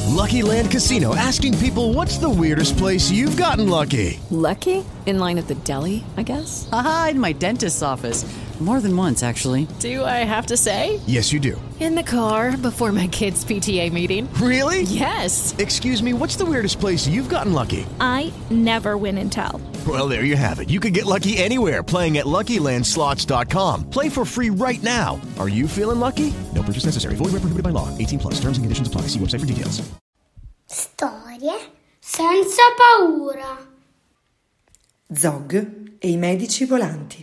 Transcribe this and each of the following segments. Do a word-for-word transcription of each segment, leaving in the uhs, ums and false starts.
Lucky Land Casino, asking people, what's the weirdest place you've gotten lucky? Lucky? In line at the deli, I guess? Aha, in my dentist's office. More than once, actually. Do I have to say? Yes, you do. In the car before my kids' P T A meeting. Really? Yes. Excuse me, what's the weirdest place you've gotten lucky? I never win and tell. Well, there you have it. You can get lucky anywhere, playing at Lucky Land Slots dot com. Play for free right now. Are you feeling lucky? No purchase necessary. Void where prohibited by law. eighteen plus. Terms and conditions apply. See website for details. Storie senza paura. Zog e i medici volanti.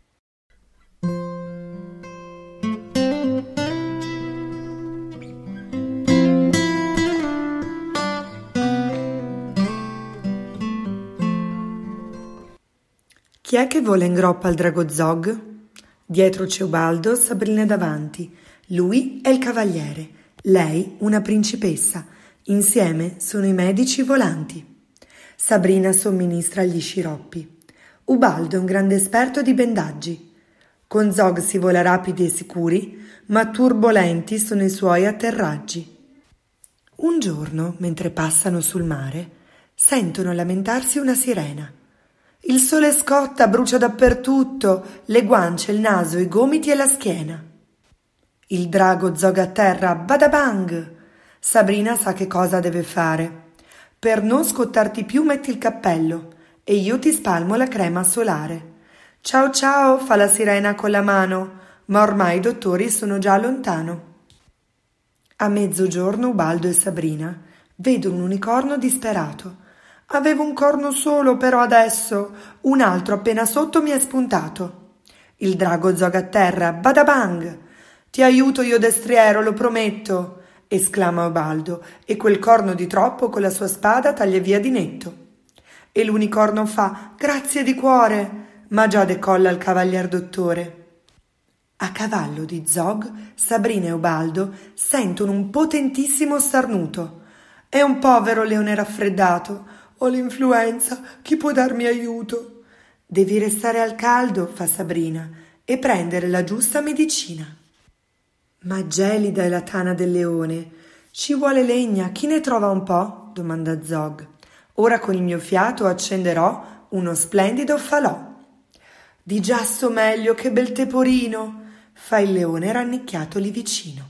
Chi è che vola in groppa al drago Zog? Dietro c'è Ubaldo, Sabrina davanti. Lui è il cavaliere, lei una principessa. Insieme sono i medici volanti. Sabrina somministra gli sciroppi. Ubaldo è un grande esperto di bendaggi. Con Zog si vola rapidi e sicuri, ma turbolenti sono i suoi atterraggi. Un giorno, mentre passano sul mare, sentono lamentarsi una sirena. Il sole scotta, brucia dappertutto, le guance, il naso, i gomiti e la schiena. Il drago Zog atterra, badabang! Sabrina sa che cosa deve fare. Per non scottarti più metti il cappello e io ti spalmo la crema solare. Ciao ciao, fa la sirena con la mano, ma ormai i dottori sono già lontano. A mezzogiorno Ubaldo e Sabrina vedono un unicorno disperato. Avevo un corno solo, però adesso un altro appena sotto mi è spuntato. Il drago Zog atterra, badabang! Ti aiuto io destriero, lo prometto, esclama Ubaldo, e quel corno di troppo con la sua spada taglia via di netto. E l'unicorno fa, grazie di cuore, ma già decolla il cavalier dottore. A cavallo di Zog, Sabrina e Ubaldo sentono un potentissimo starnuto. È un povero leone raffreddato. Ho l'influenza, chi può darmi aiuto? Devi restare al caldo, fa Sabrina, e prendere la giusta medicina. Ma gelida è la tana del leone. Ci vuole legna, chi ne trova un po'? Domanda Zog. Ora con il mio fiato accenderò uno splendido falò. Di già sto meglio, che bel teporino, fa il leone rannicchiato lì vicino.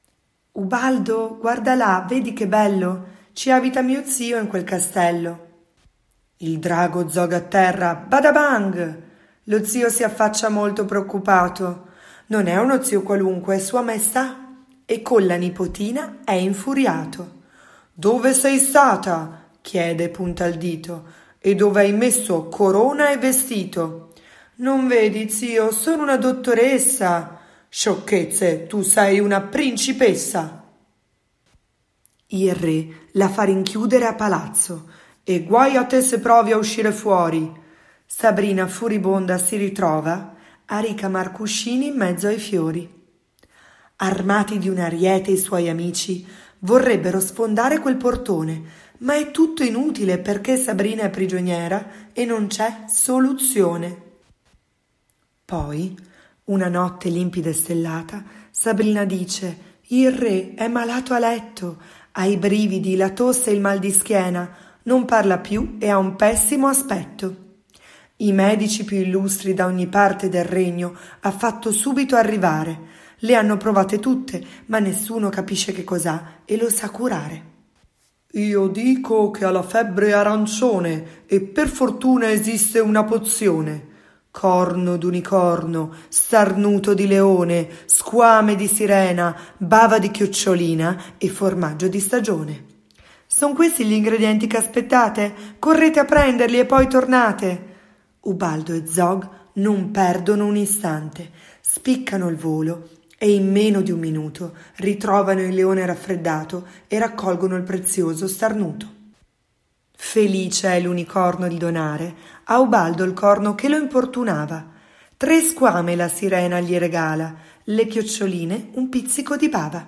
Ubaldo, guarda là, vedi che bello, ci abita mio zio in quel castello. Il drago Zog atterra, badabang! Lo zio si affaccia molto preoccupato. Non è uno zio qualunque, è sua maestà. E con la nipotina è infuriato. Dove sei stata? Chiede e punta il dito. E dove hai messo corona e vestito? Non vedi, zio, sono una dottoressa. Sciocchezze, tu sei una principessa. Il re la fa rinchiudere a palazzo e guai a te se provi a uscire fuori. Sabrina furibonda si ritrova a ricamar cuscini in mezzo ai fiori. Armati di un ariete i suoi amici vorrebbero sfondare quel portone, ma è tutto inutile perché Sabrina è prigioniera e non c'è soluzione. Poi, una notte limpida e stellata, Sabrina dice: il re è malato a letto, ha i brividi, la tosse e il mal di schiena, non parla più e ha un pessimo aspetto. I medici più illustri da ogni parte del regno ha fatto subito arrivare. Le hanno provate tutte, ma nessuno capisce che cos'ha e lo sa curare. Io dico che ha la febbre arancione e per fortuna esiste una pozione. Corno d'unicorno, starnuto di leone, squame di sirena, bava di chiocciolina e formaggio di stagione. Son questi gli ingredienti che aspettate? Correte a prenderli e poi tornate. Ubaldo e Zog non perdono un istante, spiccano il volo e in meno di un minuto ritrovano il leone raffreddato e raccolgono il prezioso starnuto. Felice è l'unicorno di donare a Ubaldo il corno che lo importunava. Tre squame la sirena gli regala, le chioccioline un pizzico di bava.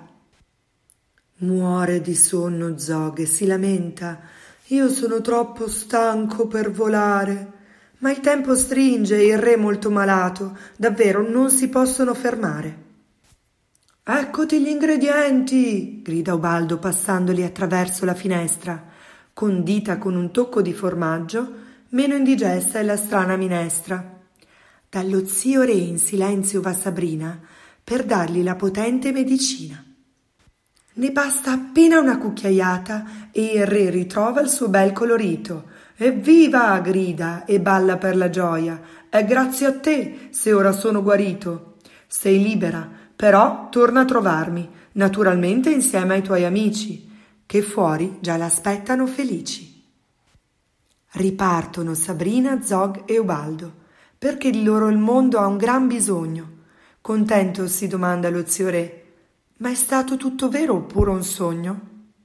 Muore di sonno Zog e si lamenta. Io sono troppo stanco per volare. Ma il tempo stringe e il re molto malato, davvero non si possono fermare. Eccoti gli ingredienti, grida Ubaldo passandoli attraverso la finestra, condita con un tocco di formaggio, meno indigesta è la strana minestra. Dallo zio re in silenzio va Sabrina per dargli la potente medicina. Ne basta appena una cucchiaiata e il re ritrova il suo bel colorito. Evviva! Grida e balla per la gioia. È grazie a te se ora sono guarito. Sei libera, però torna a trovarmi, naturalmente insieme ai tuoi amici, che fuori già l'aspettano felici. Ripartono Sabrina, Zog e Ubaldo, perché di loro il mondo ha un gran bisogno. Contento si domanda lo zio re: ma è stato tutto vero oppure un sogno?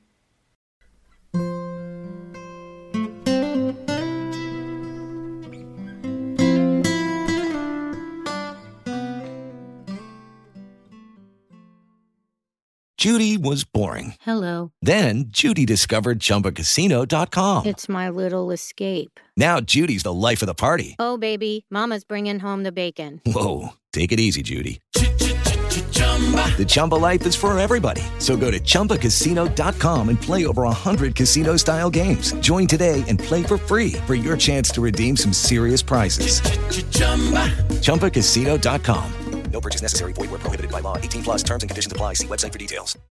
Judy was boring. Hello. Then Judy discovered Chumba Casino dot com. It's my little escape. Now Judy's the life of the party. Oh, baby, mama's bringing home the bacon. Whoa, take it easy, Judy. The Chumba life is for everybody. So go to Chumba Casino dot com and play over one hundred casino-style games. Join today and play for free for your chance to redeem some serious prizes. Chumba Casino dot com. No purchase necessary. Void where prohibited by law. eighteen plus terms and conditions apply. See website for details.